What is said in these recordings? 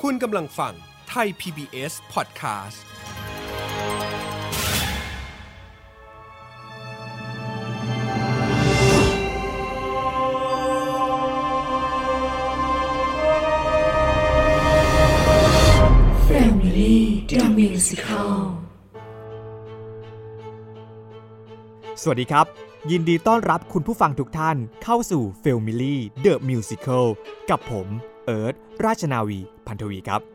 คุณกำลังฟังไทย PBS Podcast Family The Musical สวัสดีครับยินดีต้อนรับคุณผู้ฟังทุกท่านเข้าสู่ Family The Musical กับผมเอิร์ธราชนาวีพันธวีครับ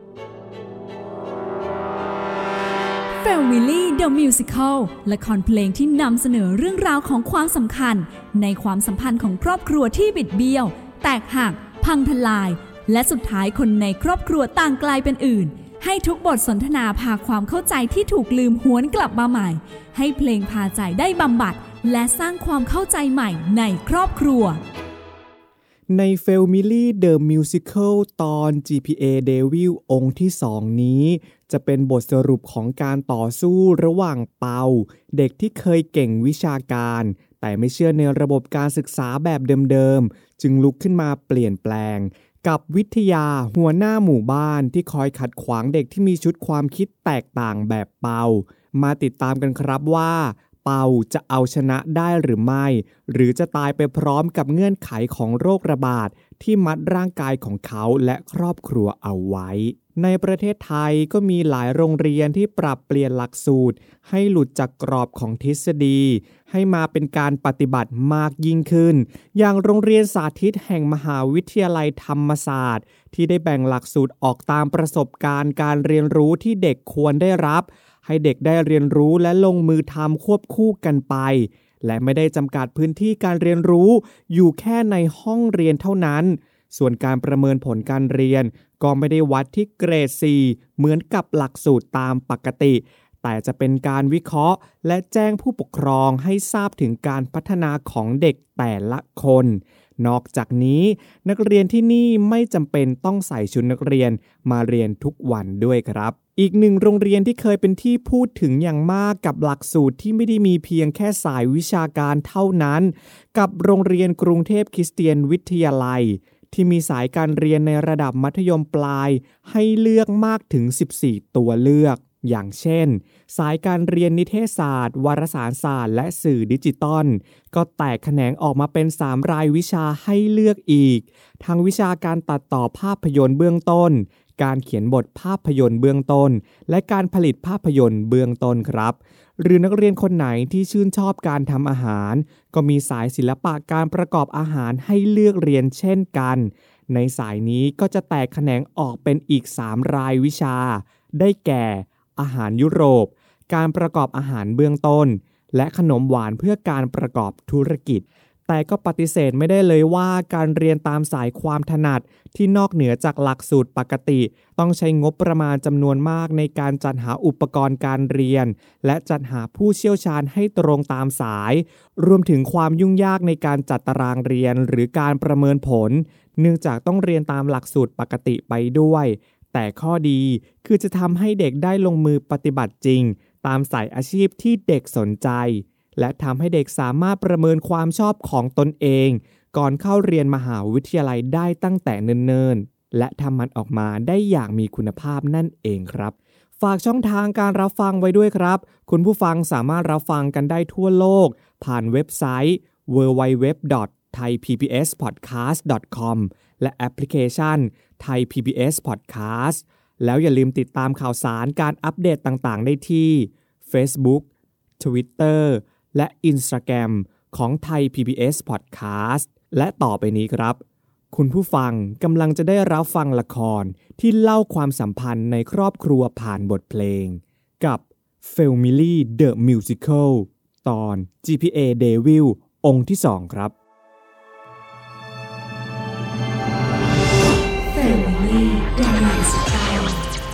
Family The Musical ละครเพลงที่นำเสนอเรื่องราวของความสำคัญในความสัมพันธ์ของครอบครัวที่บิดเบี้ยวแตกหักพังทลายและสุดท้ายคนในครอบครัวต่างกลายเป็นอื่นให้ทุกบทสนทนาพาความเข้าใจที่ถูกลืมหวนกลับมาใหม่ให้เพลงพาใจได้บำบัดและสร้างความเข้าใจใหม่ในครอบครัวใน Family The Musical ตอน GPA Devil องค์ที่ 2 นี้จะเป็นบทสรุปของการต่อสู้ระหว่างเปาเด็กที่เคยเก่งวิชาการแต่ไม่เชื่อในระบบการศึกษาแบบเดิมๆจึงลุกขึ้นมาเปลี่ยนแปลงกับวิทยาหัวหน้าหมู่บ้านที่คอยขัดขวางเด็กที่มีชุดความคิดแตกต่างแบบเปามาติดตามกันครับว่าเปาจะเอาชนะได้หรือไม่หรือจะตายไปพร้อมกับเงื่อนไขของโรคระบาดที่มัดร่างกายของเขาและครอบครัวเอาไว้ในประเทศไทยก็มีหลายโรงเรียนที่ปรับเปลี่ยนหลักสูตรให้หลุดจากกรอบของทฤษฎีให้มาเป็นการปฏิบัติมากยิ่งขึ้นอย่างโรงเรียนสาธิตแห่งมหาวิทยาลัยธรรมศาสตร์ที่ได้แบ่งหลักสูตรออกตามประสบการณ์การเรียนรู้ที่เด็กควรได้รับให้เด็กได้เรียนรู้และลงมือทำควบคู่กันไปและไม่ได้จำกัดพื้นที่การเรียนรู้อยู่แค่ในห้องเรียนเท่านั้นส่วนการประเมินผลการเรียนก็ไม่ได้วัดที่เกรด 4 เหมือนกับหลักสูตรตามปกติแต่จะเป็นการวิเคราะห์และแจ้งผู้ปกครองให้ทราบถึงการพัฒนาของเด็กแต่ละคนนอกจากนี้นักเรียนที่นี่ไม่จำเป็นต้องใส่ชุดนักเรียนมาเรียนทุกวันด้วยครับอีกหนึ่งโรงเรียนที่เคยเป็นที่พูดถึงอย่างมากกับหลักสูตรที่ไม่ได้มีเพียงแค่สายวิชาการเท่านั้นกับโรงเรียนกรุงเทพคริสเตียนวิทยาลัยที่มีสายการเรียนในระดับมัธยมปลายให้เลือกมากถึง14ตัวเลือกอย่างเช่นสายการเรียนนิเทศศาสตร์วารสารศาสตร์และสื่อดิจิตอลก็แตกแขนงออกมาเป็น3รายวิชาให้เลือกอีกทั้งวิชาการตัดต่อภาพยนตร์เบื้องต้นการเขียนบทภาพยนตร์เบื้องต้นและการผลิตภาพยนตร์เบื้องต้นครับหรือนักเรียนคนไหนที่ชื่นชอบการทำอาหารก็มีสายศิลปะการประกอบอาหารให้เลือกเรียนเช่นกันในสายนี้ก็จะแตกแขนงออกเป็นอีก3รายวิชาได้แก่อาหารยุโรปการประกอบอาหารเบื้องต้นและขนมหวานเพื่อการประกอบธุรกิจแต่ก็ปฏิเสธไม่ได้เลยว่าการเรียนตามสายความถนัดที่นอกเหนือจากหลักสูตรปกติต้องใช้งบประมาณจำนวนมากในการจัดหาอุปกรณ์การเรียนและจัดหาผู้เชี่ยวชาญให้ตรงตามสายรวมถึงความยุ่งยากในการจัดตารางเรียนหรือการประเมินผลเนื่องจากต้องเรียนตามหลักสูตรปกติไปด้วยแต่ข้อดีคือจะทำให้เด็กได้ลงมือปฏิบัติจริงตามสายอาชีพที่เด็กสนใจและทำให้เด็กสามารถประเมินความชอบของตนเองก่อนเข้าเรียนมหาวิทยาลัยได้ตั้งแต่เนิ่นๆและทำมันออกมาได้อย่างมีคุณภาพนั่นเองครับฝากช่องทางการรับฟังไว้ด้วยครับคุณผู้ฟังสามารถรับฟังกันได้ทั่วโลกผ่านเว็บไซต์ www.thaipbspodcast.com และแอปพลิเคชัน Thai PBS Podcast แล้วอย่าลืมติดตามข่าวสารการอัปเดตต่างๆได้ที่ Facebook Twitter และ Instagram ของ Thai PBS Podcast และต่อไปนี้ครับคุณผู้ฟังกำลังจะได้รับฟังละครที่เล่าความสัมพันธ์ในครอบครัวผ่านบทเพลงกับ Family The Musical ตอน GPA Devil องค์ที่ 2 ครับ Family The Musical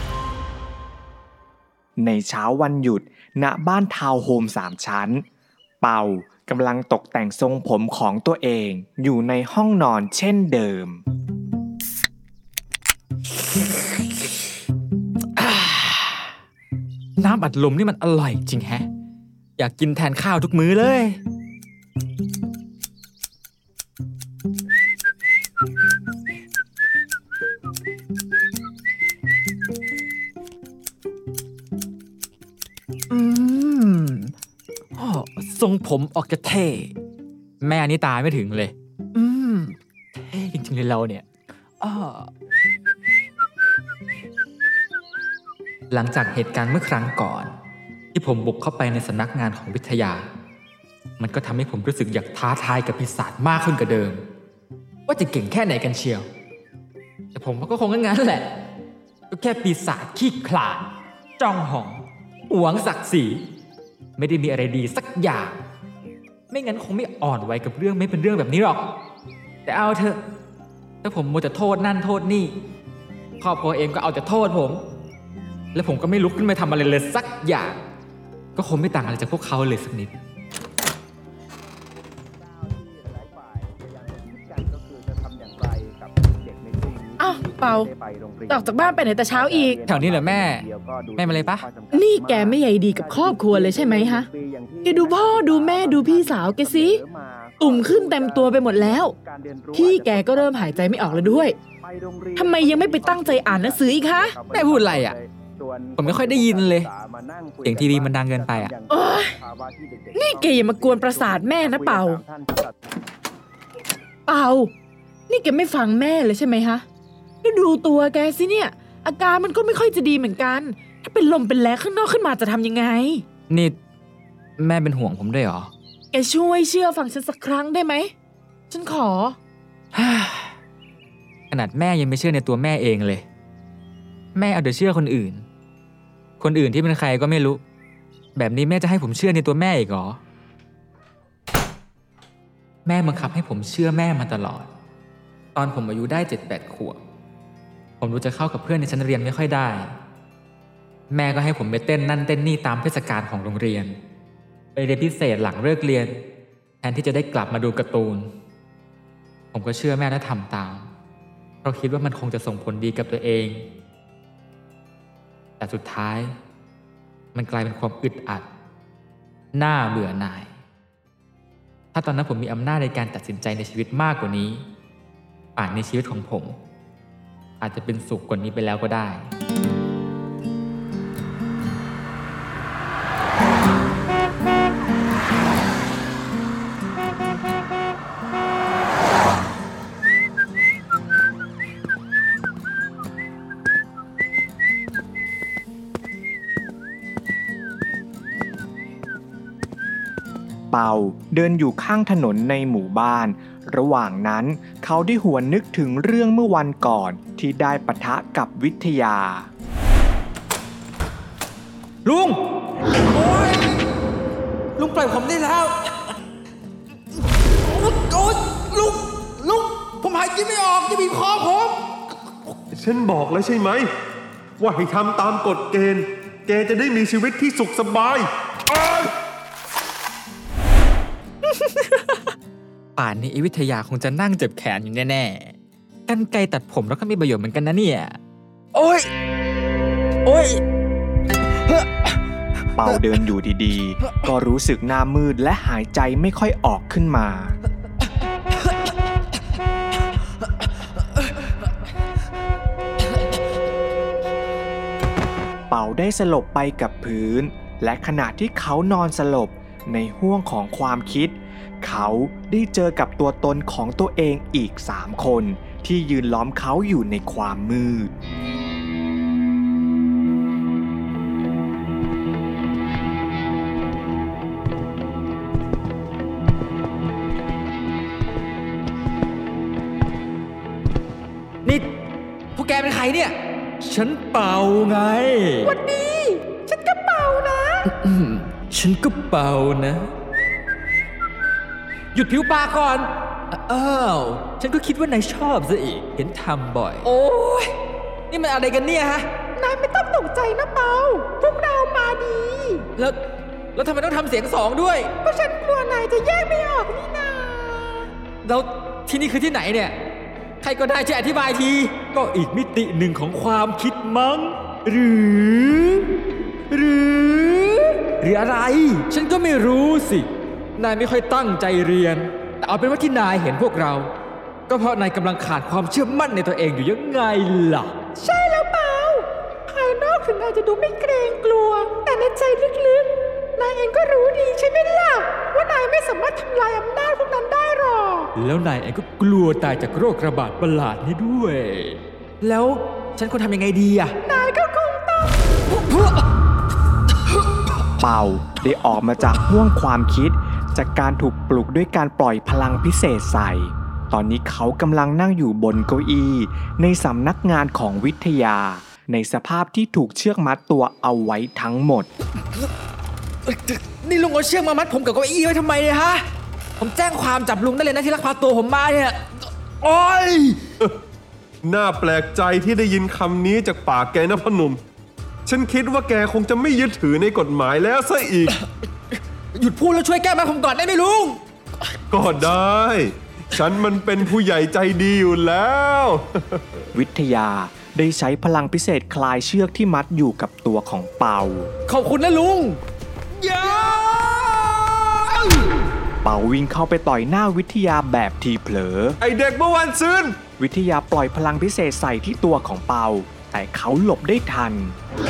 ในเช้าวันหยุดณบ้านทาวน์โฮม3ชั้นเป่ากำลังตกแต่งทรงผมของตัวเองอยู่ในห้องนอนเช่นเดิมน้ำอัดลมนี่มันอร่อยจริงแฮะอยากกินแทนข้าวทุกมื้อเลยฟทรงผมออกจะเท่แม่นี่ตายไม่ถึงเลยเท่จริงๆเลยเราเนี่ยหลังจากเหตุการณ์เมื่อครั้งก่อนที่ผมบุกเข้าไปในสำนักงานของวิทยามันก็ทำให้ผมรู้สึกอยากท้าทายกับปีศาจมากขึ้นกว่าเดิมว่าจะเก่งแค่ไหนกันเชียวแต่ผมก็คงงั้นแหละก็แค่ปีศาจขี้ขลาดจ้องหองหวงศักดิ์ศรีไม่ได้มีอะไรดีสักอย่างไม่งั้นคงไม่อ่อนไหวกับเรื่องไม่เป็นเรื่องแบบนี้หรอกแต่เอาเถอะถ้าผมมัวแต่โทษนั่นโทษนี่ครอบครัวเองก็เอาแต่โทษผมและผมก็ไม่ลุกขึ้นมาทำอะไรเลยสักอย่างก็คงไม่ต่างอะไรจากพวกเขาเลยสักนิดอ้าวเปาออกจากบ้านไปไหนแต่เช้าอีกแถวนี้เหรอแม่มาเลยปะนี่แกไม่ใยดีกับครอบครัวเลยใช่ไหมฮะแกดูพ่อดูแม่ดูพี่สาวแกสิตุ่มขึ้นเต็มตัวไปหมดแล้วพี่แกก็เริ่มหายใจไม่ออกแล้วด้วยทำไมยังไม่ไปตั้งใจอ่านหนังสืออีกคะแม่พูดอะไรอ่ะผมไม่ค่อยได้ยินเลยเสียงทีวีมันดังเกินไปอ่ะนี่แกอย่ามากวนประสาทแม่นะเปานี่แกไม่ฟังแม่เลยใช่ไหมฮะดูตัวแกสิเนี่ยอาการมันก็ไม่ค่อยจะดีเหมือนกันถ้าเป็นลมเป็นแล้ข้างนอกขึ้นมาจะทำยังไงนี่แม่เป็นห่วงผมด้วยเหรอแกช่วยเชื่อฟังฉันสักครั้งได้ไหมฉันขอขนาดแม่ยังไม่เชื่อในตัวแม่เองเลยแม่เอาแต่เชื่อคนอื่นที่เป็นใครก็ไม่รู้แบบนี้แม่จะให้ผมเชื่อในตัวแม่อีกเหรอแม่บังคับให้ผมเชื่อแม่มาตลอดตอนผมอายุได้ 7-8 ขวบผมรู้จะเข้ากับเพื่อนในชั้นเรียนไม่ค่อยได้แม่ก็ให้ผมไปเต้นนั่นเต้นนี่ตามเทศกาลของโรงเรียนไปเรียนพิเศษหลังเลิกเรียนแทนที่จะได้กลับมาดูการ์ตูนผมก็เชื่อแม่และทำตามเพราะคิดว่ามันคงจะส่งผลดีกับตัวเองแต่สุดท้ายมันกลายเป็นความอึดอัดน่าเบื่อหน่ายถ้าตอนนั้นผมมีอำนาจในการตัดสินใจในชีวิตมากกว่านี้ป่านในชีวิตของผมอาจจะเป็นสุขกว่านี้ไปแล้วก็ได้เป่าเดินอยู่ข้างถนนในหมู่บ้านระหว่างนั้นเขาได้หวนนึกถึงเรื่องเมื่อวันก่อนที่ได้ปะทะกับวิทยาลุงโอ๊ยลุงปล่อยผมได้แล้วโอ๊ยลุงผมหายใจไม่ออกจะบีบคอผมฉันบอกแล้วใช่ไหมว่าให้ทำตามกฎเกณฑ์แกจะได้มีชีวิตที่สุขสบายป่านนี้วิทยาคงจะนั่งเจ็บแขนอยู่แน่ๆกรรไกรตัดผมแล้วก็มีประโยชน์เหมือนกันนะเนี่ยโอ๊ยเป่าเดินอยู่ดีๆก็รู้สึกหน้ามืดและหายใจไม่ค่อยออกขึ้นมาเป่าได้สลบไปกับพื้นและขณะที่เขานอนสลบในห้วงของความคิดเขาได้เจอกับตัวตนของตัวเองอีก3 คนที่ยืนล้อมเขาอยู่ในความมืดนี่พวกแกเป็นใครเนี่ยฉันเป่าไงวันนี้ฉันก็เป่านะฉันก็เป่านะหยุดผิวปากก่อนฉันก็คิดว่านายชอบซะอีกเห็นทำบ่อยโอ้ยนี่มันอะไรกันเนี่ยฮะนายไม่ต้องตกใจนะเปาพวกเรามาดีแล้วทำไมต้องทำเสียง2ด้วยเพราะฉันกลัวนายจะแยกไม่ออกนี่นาแล้วที่นี่คือที่ไหนเนี่ยใครก็ได้ช่วยอธิบายทีก็อีกมิติหนึ่งของความคิดมั้งหรืออะไรฉันก็ไม่รู้สินายไม่ค่อยตั้งใจเรียนแต่เอาเป็นว่าที่นายเห็นพวกเราก็เพราะนายกำลังขาดความเชื่อมั่นในตัวเองอยู่ยังไงล่ะใช่แล้วเปล่าภายนอกถึงนายจะดูไม่เกรงกลัวแต่ในใจลึกๆนายเองก็รู้ดีใช่ไหมล่ะว่านายไม่สามารถทำลายอำนาจพวกนั้นได้หรอกแล้วนายเองก็กลัวตายจากโรคระบาดประหลาดนี้ด้วย แล้วฉันควรทำยังไงดีอะนายก็คงต้องเป่าได้ออกมาจากห้วงความคิดจากการถูกปลุกด้วยการปล่อยพลังพิเศษใส่ตอนนี้เขากำลังนั่งอยู่บนเก้าอี้ในสำนักงานของวิทยาในสภาพที่ถูกเชือกมัดตัวเอาไว้ทั้งหมดนี่ลุงเอาเชือกมามัดผมกับเก้าอี้ไว้ทำไมเนี่ยฮะผมแจ้งความจับลุงได้เลยนะที่ลักพาตัวผมมาเนี่ยโอ๊ยน่าแปลกใจที่ได้ยินคำนี้จากปากแกนะพ่อหนุ่มฉันคิดว่าแกคงจะไม่ยึดถือในกฎหมายแล้วซะอีกหยุดพูดแล้วช่วยแก้มาผมก่อนได้ไหมลุงก็ได้ ฉันมันเป็นผู้ใหญ่ใจดีอยู่แล้ววิทยาได้ใช้พลังพิเศษคลายเชือกที่มัดอยู่กับตัวของเปาขอบคุณนะลุงอย่าเปาวิ่งเข้าไปต่อยหน้าวิทยาแบบทีเผลอไอเด็กเมื่อวันซืนวิทยาปล่อยพลังพิเศษใส่ที่ตัวของเปาแต่เขาหลบได้ทัน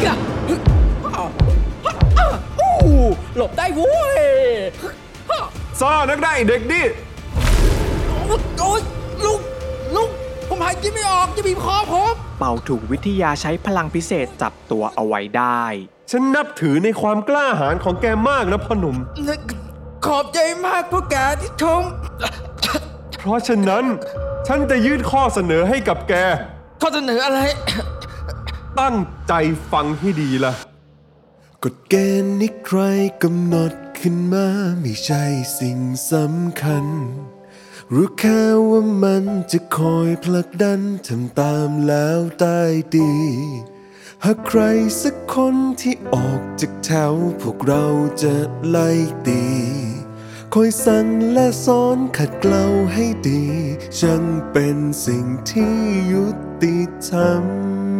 หลบได้เว้ยซ่านักได้เด็กดิโอ๊ยลุงผมหายใจไม่ออกจะบีบคอผมเปาถูกวิทยาใช้พลังพิเศษจับตัวเอาไว้ได้ฉันนับถือในความกล้าหาญของแกมากนะพ่อหนุ่มขอบใจมากพวกแกที่ชมเพราะฉะนั้นฉันจะยื่นข้อเสนอให้กับแกข้อเสนออะไรตั้งใจฟังให้ดีล่ะกฎเกณฑ์นี้ใครกำหนดขึ้นมาไม่ใช่สิ่งสำคัญรู้แค่ว่ามันจะคอยผลักดันทำตามแล้วได้ดี หากใครสักคนที่ออกจากแถวพวกเราจะไล่ตีคอยสั่งและสอนขัดเกลาให้ดีช่างเป็นสิ่งที่ยุติธรรม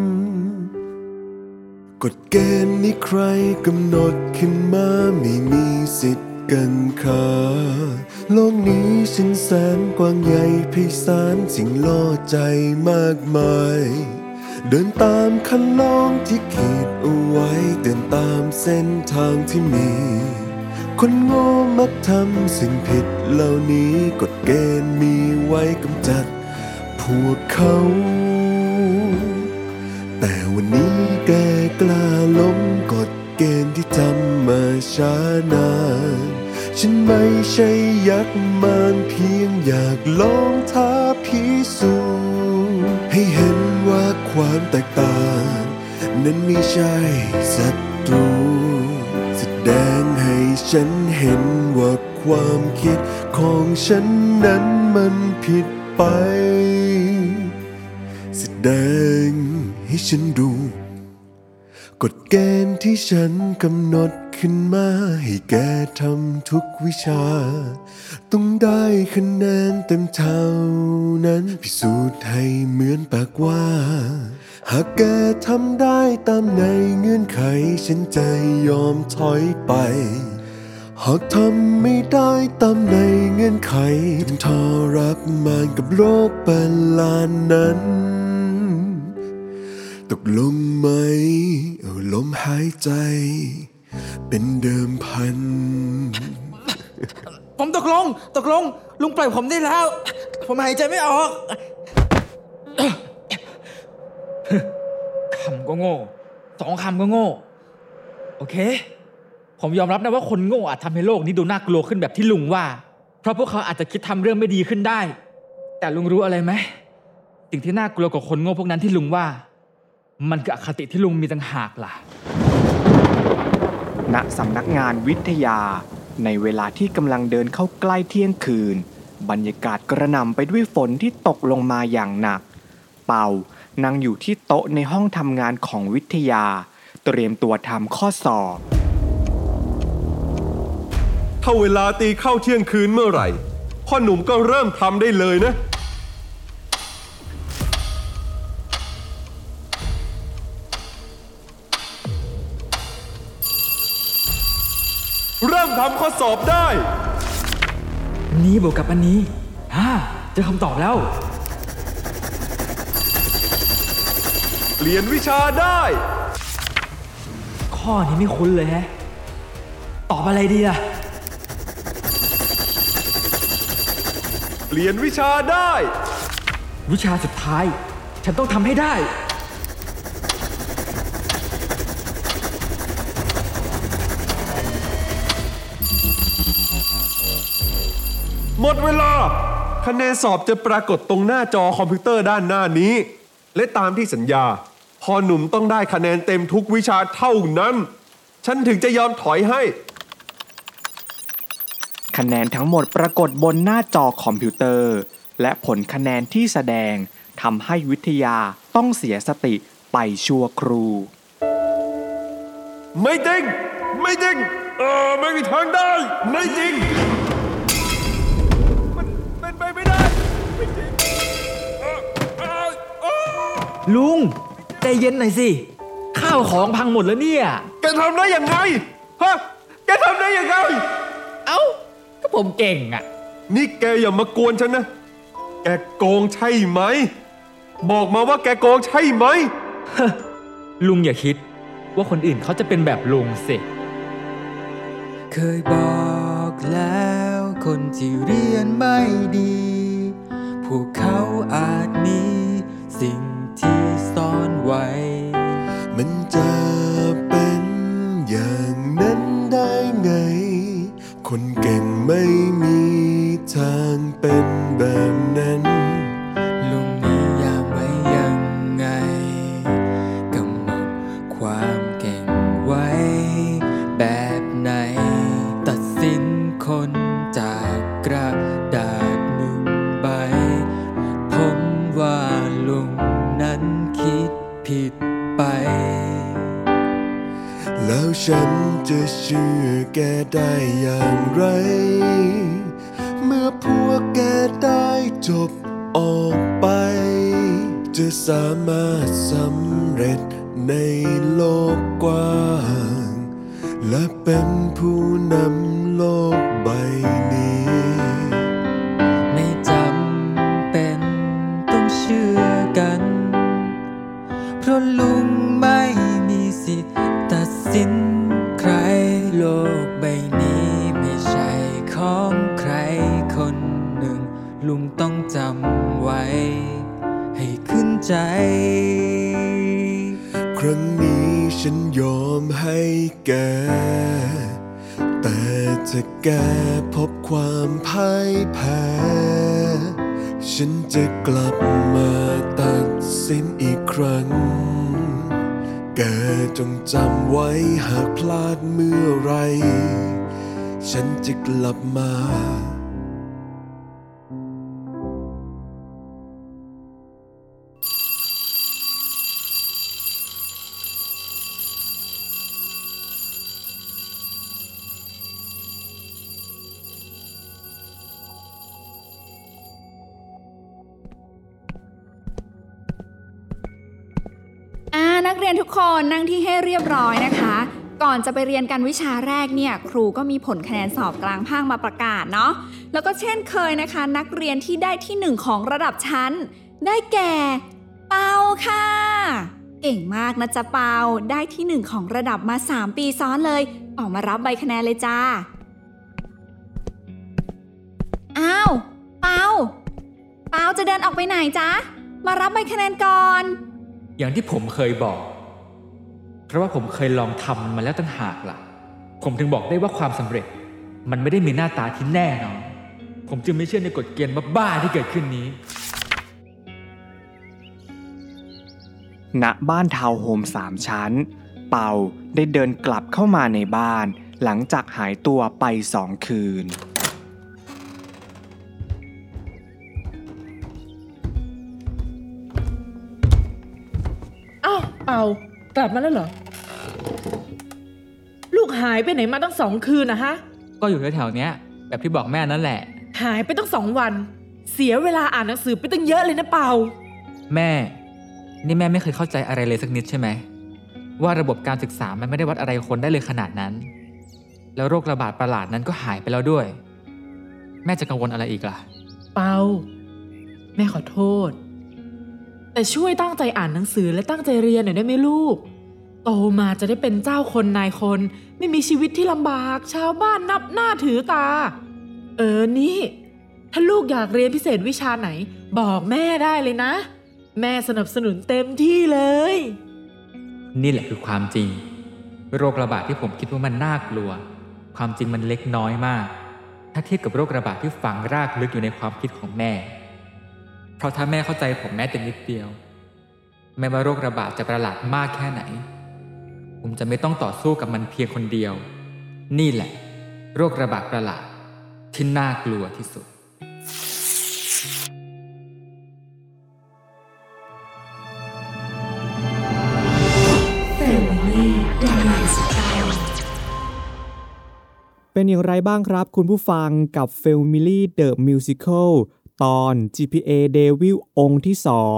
กฎเกณฑ์นี้ใครกำหนดขึ้นมาไม่มีสิทธิ์กันขาโลกนี้ช่างแสนกว้างใหญ่ไพศาลสิ่งล่อใจมากมายเดินตามคันลองที่ขีดเอาไว้เดินตามเส้นทางที่มีคนโง่มักทำสิ่งผิดเหล่านี้กฎเกณฑ์มีไว้กำจัดพวกเขาแต่วันนี้แกกล้าล้มกฎเกณฑ์ที่ทำมาช้านานฉันไม่ใช่ยักษ์มารเพียงอยากลองท้าพิสูจน์ให้เห็นว่าความแตกต่างนั้นไม่ใช่ศัตรูแสดงให้ฉันเห็นว่าความคิดของฉันนั้นมันผิดไปแสดงให้ฉันดูกฎเกณฑ์ที่ฉันกำหนดขึ้นมาให้แกทำทุกวิชาต้องได้คะแนนเต็มเท่านั้นพิสูจน์ให้เหมือนปากว่าหากแกทำได้ตามในเงื่อนไขฉันจะยอมถอยไปหากทำไม่ได้ตามในเงื่อนไขถึงทรมานกับโรคประหลาดนั้นตกลงไหมเอาลมหายใจเป็นเดิมพันผมตกลงลุงปล่อยผมได้แล้วผมหายใจไม่ออกคำก็โง่2 คำก็โง่โอเคผมยอมรับนะว่าคนโง่อาจทำให้โลกนี้ดูน่ากลัวขึ้นแบบที่ลุงว่าเพราะพวกเขาอาจจะคิดทำเรื่องไม่ดีขึ้นได้แต่ลุงรู้อะไรไหมสิ่งที่น่ากลัวกว่าคนโง่พวกนั้นที่ลุงว่ามันคืออคติที่ลุงมีต่างหากล่ะณสำนักงานวิทยาในเวลาที่กำลังเดินเข้าใกล้เที่ยงคืนบรรยากาศกระหน่ำไปด้วยฝนที่ตกลงมาอย่างหนักเป่านั่งอยู่ที่โต๊ะในห้องทำงานของวิทยาเตรียมตัวทำข้อสอบถ้าเวลาตีเข้าเที่ยงคืนเมื่อไหร่พ่อหนุ่มก็เริ่มทำได้เลยนะเริ่มทำข้อสอบได้นี้บวกกับอันนี้เจอคำตอบแล้วเปลี่ยนวิชาได้ข้อนี้ไม่คุ้นเลยฮะตอบอะไรดีล่ะเปลี่ยนวิชาได้วิชาสุดท้ายฉันต้องทำให้ได้หมดเวลาคะแนนสอบจะปรากฏตรงหน้าจอคอมพิวเตอร์ด้านหน้านี้และตามที่สัญญาพ่อหนุ่มต้องได้คะแนนเต็มทุกวิชาเท่านั้นฉันถึงจะยอมถอยให้คะแนนทั้งหมดปรากฏบนหน้าจอคอมพิวเตอร์และผลคะแนนที่แสดงทำให้วิทยาต้องเสียสติไปชั่วครู่ไม่จริงไม่จริงไม่มีทางได้ไม่จริงมันเป็นไปไม่ได้ไม่จริงลุงใจเย็นหน่อยสิข้าวของพังหมดแล้วเนี่ยแกทำได้ยังไงฮะแกทำได้ยังไงเอ้าก็ผมเก่งอ่ะนี่แกอย่ามากวนฉันนะแกโกงใช่ไหมบอกมาว่าแกโกงใช่ไหมลุงอย่าคิดว่าคนอื่นเขาจะเป็นแบบลุงสิเคยบอกแล้วคนที่เรียนไม่ดีพวกเขาอาจมีสิ่งที่ซ่อนไว้มันจะเป็นอย่างนั้นได้ไงคนเก่งไม่มีทางเป็นแบบนั้นลุงนิยามไว้ยังไงกำหนดความเก่งไว้แบบไหนตัดสินคนจากกระดาษหนึ่งใบผมว่าลุงนั้นคิดผิดไปแล้วฉันจะเชื่อแกได้อย่างไรเมื่อพวกแกได้จบออกไปจะสามารถสำเร็จในโลกกว้างและเป็นผู้นำโลกใบนี้ไม่จำเป็นต้องเชื่อกันเพราะลุงไม่มีสิทธิ์ตัดสินใครโลกใบนี้ไม่ใช่ของใครคนหนึ่งลุงต้องจำไว้ให้ขึ้นใจครั้งนี้ฉันยอมให้แกแต่ถ้าแกพบความพ่ายแพ้ฉันจะกลับมาตัดสินอีกครั้งแกจงจำไว้หากพลาดเมื่อไรฉันจะกลับมานักเรียนทุกคนนั่งที่ให้เรียบร้อยนะคะก่อนจะไปเรียนกันวิชาแรกเนี่ยครูก็มีผลคะแนนสอบกลางภาคมาประกาศเนาะแล้วก็เช่นเคยนะคะนักเรียนที่ได้ที่1ของระดับชั้นได้แก่เปาค่ะเก่งมากนะจ๊ะเปาได้ที่1ของระดับมา3ปีซ้อนเลยออกมารับใบคะแนนเลยจ้าอ้าวเปาจะเดินออกไปไหนจ๊ะมารับใบคะแนนก่อนอย่างที่ผมเคยบอกเพราะว่าผมเคยลองทำมันมาแล้วตั้งหากล่ะผมถึงบอกได้ว่าความสำเร็จมันไม่ได้มีหน้าตาที่แน่นอนผมจึงไม่เชื่อในกฎเกณฑ์บ้าๆที่เกิดขึ้นนี้ณบ้านทาวน์โฮม3 ชั้นเป่าได้เดินกลับเข้ามาในบ้านหลังจากหายตัวไป2 คืนเปากลับมาแล้วเหรอลูกหายไปไหนมาตั้ง2 คืนนะฮะก็อยู่แถวๆเนี้ยแบบที่บอกแม่นั่นแหละหายไปตั้ง2 วันเสียเวลาอ่านหนังสือไปตั้งเยอะเลยนะเปาแม่นี่แม่ไม่เคยเข้าใจอะไรเลยสักนิดใช่ไหมว่าระบบการศึกษามันไม่ได้วัดอะไรคนได้เลยขนาดนั้นแล้วโรคระบาดประหลาดนั้นก็หายไปแล้วด้วยแม่จะกังวลอะไรอีกล่ะเปาแม่ขอโทษแต่ช่วยตั้งใจอ่านหนังสือและตั้งใจเรียนหน่อยได้ไหมลูกโตมาจะได้เป็นเจ้าคนนายคนไม่มีชีวิตที่ลำบากชาวบ้านนับหน้าถือตานี่ถ้าลูกอยากเรียนพิเศษวิชาไหนบอกแม่ได้เลยนะแม่สนับสนุนเต็มที่เลยนี่แหละคือความจริงโรคระบาดที่ผมคิดว่ามันน่ากลัวความจริงมันเล็กน้อยมากถ้าเทียบกับโรคระบาดที่ฝังรากลึกอยู่ในความคิดของแม่เพราะถ้าแม่เข้าใจผมแม้แต่นิดเดียวแม้ว่าโรคระบาดจะประหลาดมากแค่ไหนผมจะไม่ต้องต่อสู้กับมันเพียงคนเดียวนี่แหละโรคระบาดประหลาดที่น่ากลัวที่สุดเป็นอย่างไรบ้างครับคุณผู้ฟังกับ Family The Musical ตอน GPA Devil องค์ที่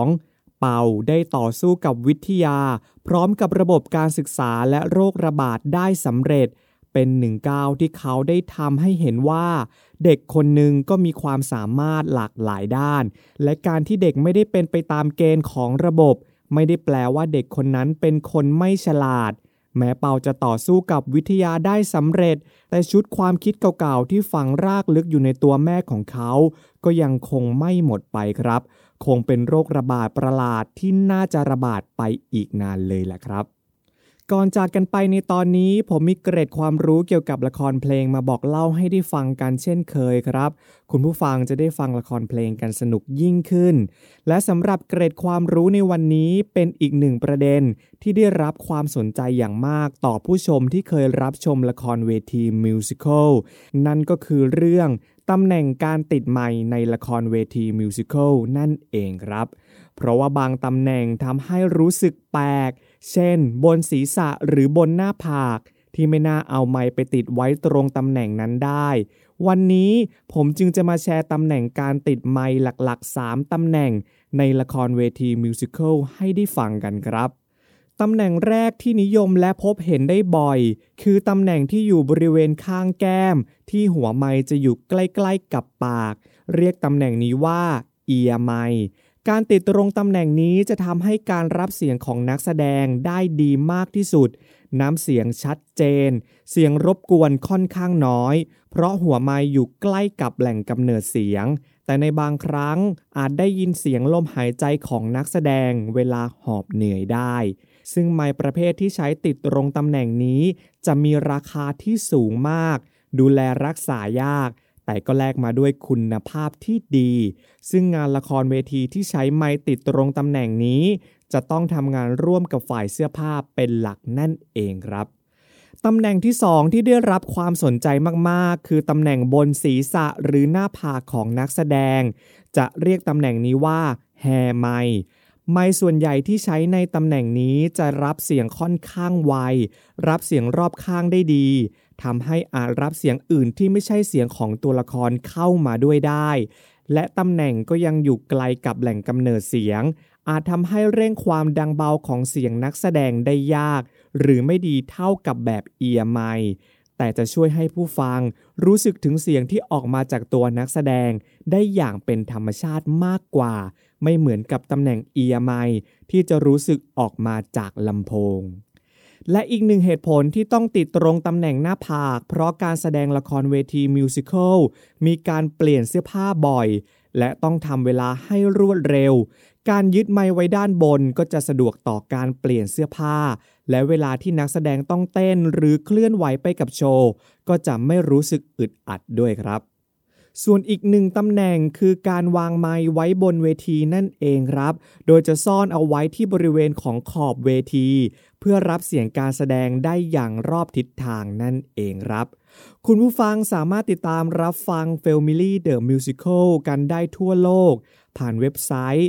2 เป่าได้ต่อสู้กับวิทยาพร้อมกับระบบการศึกษาและโรคระบาดได้สำเร็จเป็นหนึ่งก้าวที่เขาได้ทำให้เห็นว่าเด็กคนหนึ่งก็มีความสามารถหลากหลายด้านและการที่เด็กไม่ได้เป็นไปตามเกณฑ์ของระบบไม่ได้แปลว่าเด็กคนนั้นเป็นคนไม่ฉลาดแม้เปาจะต่อสู้กับวิทยาได้สำเร็จแต่ชุดความคิดเก่าๆที่ฝังรากลึกอยู่ในตัวแม่ของเขาก็ยังคงไม่หมดไปครับคงเป็นโรคระบาดประหลาดที่น่าจะระบาดไปอีกนานเลยแหละครับก่อนจากกันไปในตอนนี้ผมมีเกร็ดความรู้เกี่ยวกับละครเพลงมาบอกเล่าให้ได้ฟังกันเช่นเคยครับคุณผู้ฟังจะได้ฟังละครเพลงกันสนุกยิ่งขึ้นและสำหรับเกร็ดความรู้ในวันนี้เป็นอีกหนึ่งประเด็นที่ได้รับความสนใจอย่างมากต่อผู้ชมที่เคยรับชมละครเวทีมิวสิคัลนั่นก็คือเรื่องตำแหน่งการติดไมค์ในละครเวทีมิวสิคัลนั่นเองครับเพราะว่าบางตำแหน่งทำให้รู้สึกแปลกเช่นบนศีรษะหรือบนหน้าผากที่ไม่น่าเอาไมค์ไปติดไว้ตรงตำแหน่งนั้นได้วันนี้ผมจึงจะมาแชร์ตำแหน่งการติดไมค์หลักๆ3ตำแหน่งในละครเวทีมิวสิคัลให้ได้ฟังกันครับตำแหน่งแรกที่นิยมและพบเห็นได้บ่อยคือตำแหน่งที่อยู่บริเวณข้างแก้มที่หัวไมค์จะอยู่ใกล้ๆกับปากเรียกตำแหน่งนี้ว่าเอียร์ไมค์การติดตรงตำแหน่งนี้จะทำให้การรับเสียงของนักแสดงได้ดีมากที่สุดน้ำเสียงชัดเจนเสียงรบกวนค่อนข้างน้อยเพราะหัวไมค์อยู่ใกล้กับแหล่งกำเนิดเสียงแต่ในบางครั้งอาจได้ยินเสียงลมหายใจของนักแสดงเวลาหอบเหนื่อยได้ซึ่งไมค์ประเภทที่ใช้ติดตรงตำแหน่งนี้จะมีราคาที่สูงมากดูแลรักษายากแต่ก็แลกมาด้วยคุณภาพที่ดีซึ่งงานละครเวทีที่ใช้ไมค์ติดตรงตำแหน่งนี้จะต้องทำงานร่วมกับฝ่ายเสื้อผ้าเป็นหลักนั่นเองครับตำแหน่งที่2ที่ได้รับความสนใจมากๆคือตำแหน่งบนศีรษะหรือหน้าผากของนักแสดงจะเรียกตำแหน่งนี้ว่าแฮร์ไมค์ไมค์ส่วนใหญ่ที่ใช้ในตำแหน่งนี้จะรับเสียงค่อนข้างไวรับเสียงรอบข้างได้ดีทำให้อาจรับเสียงอื่นที่ไม่ใช่เสียงของตัวละครเข้ามาด้วยได้และตำแหน่งก็ยังอยู่ไกลกับแหล่งกำเนิดเสียงอาจทำให้เร่งความดังเบาของเสียงนักแสดงได้ยากหรือไม่ดีเท่ากับแบบเอียร์ไมค์แต่จะช่วยให้ผู้ฟังรู้สึกถึงเสียงที่ออกมาจากตัวนักแสดงได้อย่างเป็นธรรมชาติมากกว่าไม่เหมือนกับตำแหน่งเอียร์ไมค์ที่จะรู้สึกออกมาจากลำโพงและอีกหนึ่งเหตุผลที่ต้องติดตรงตำแหน่งหน้าผากเพราะการแสดงละครเวทีมิวสิคัลมีการเปลี่ยนเสื้อผ้าบ่อยและต้องทำเวลาให้รวดเร็วการยึดไมค์ไว้ด้านบนก็จะสะดวกต่อการเปลี่ยนเสื้อผ้าและเวลาที่นักแสดงต้องเต้นหรือเคลื่อนไหวไปกับโชว์ก็จะไม่รู้สึกอึดอัดด้วยครับส่วนอีกหนึ่งตำแหน่งคือการวางไมค์ไว้บนเวทีนั่นเองครับโดยจะซ่อนเอาไว้ที่บริเวณของขอบเวทีเพื่อรับเสียงการแสดงได้อย่างรอบทิศทางนั่นเองครับคุณผู้ฟังสามารถติดตามรับฟัง Family The Musical กันได้ทั่วโลกผ่านเว็บไซต์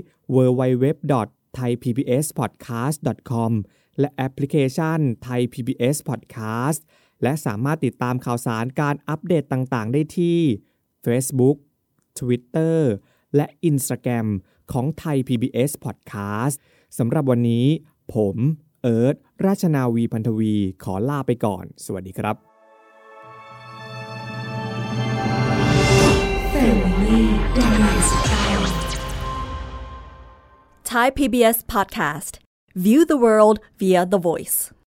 www.thaipbspodcast.com และแอปพลิเคชัน Thai PBS Podcast และสามารถติดตามข่าวสารการอัปเดตต่างๆได้ที่Facebook, Twitter และ Instagram ของ Thai PBS Podcast สำหรับวันนี้ผมเอิร์ธราชนาวีพันธวีขอลาไปก่อนสวัสดีครับ Thai PBS Podcast. View the world via the voice.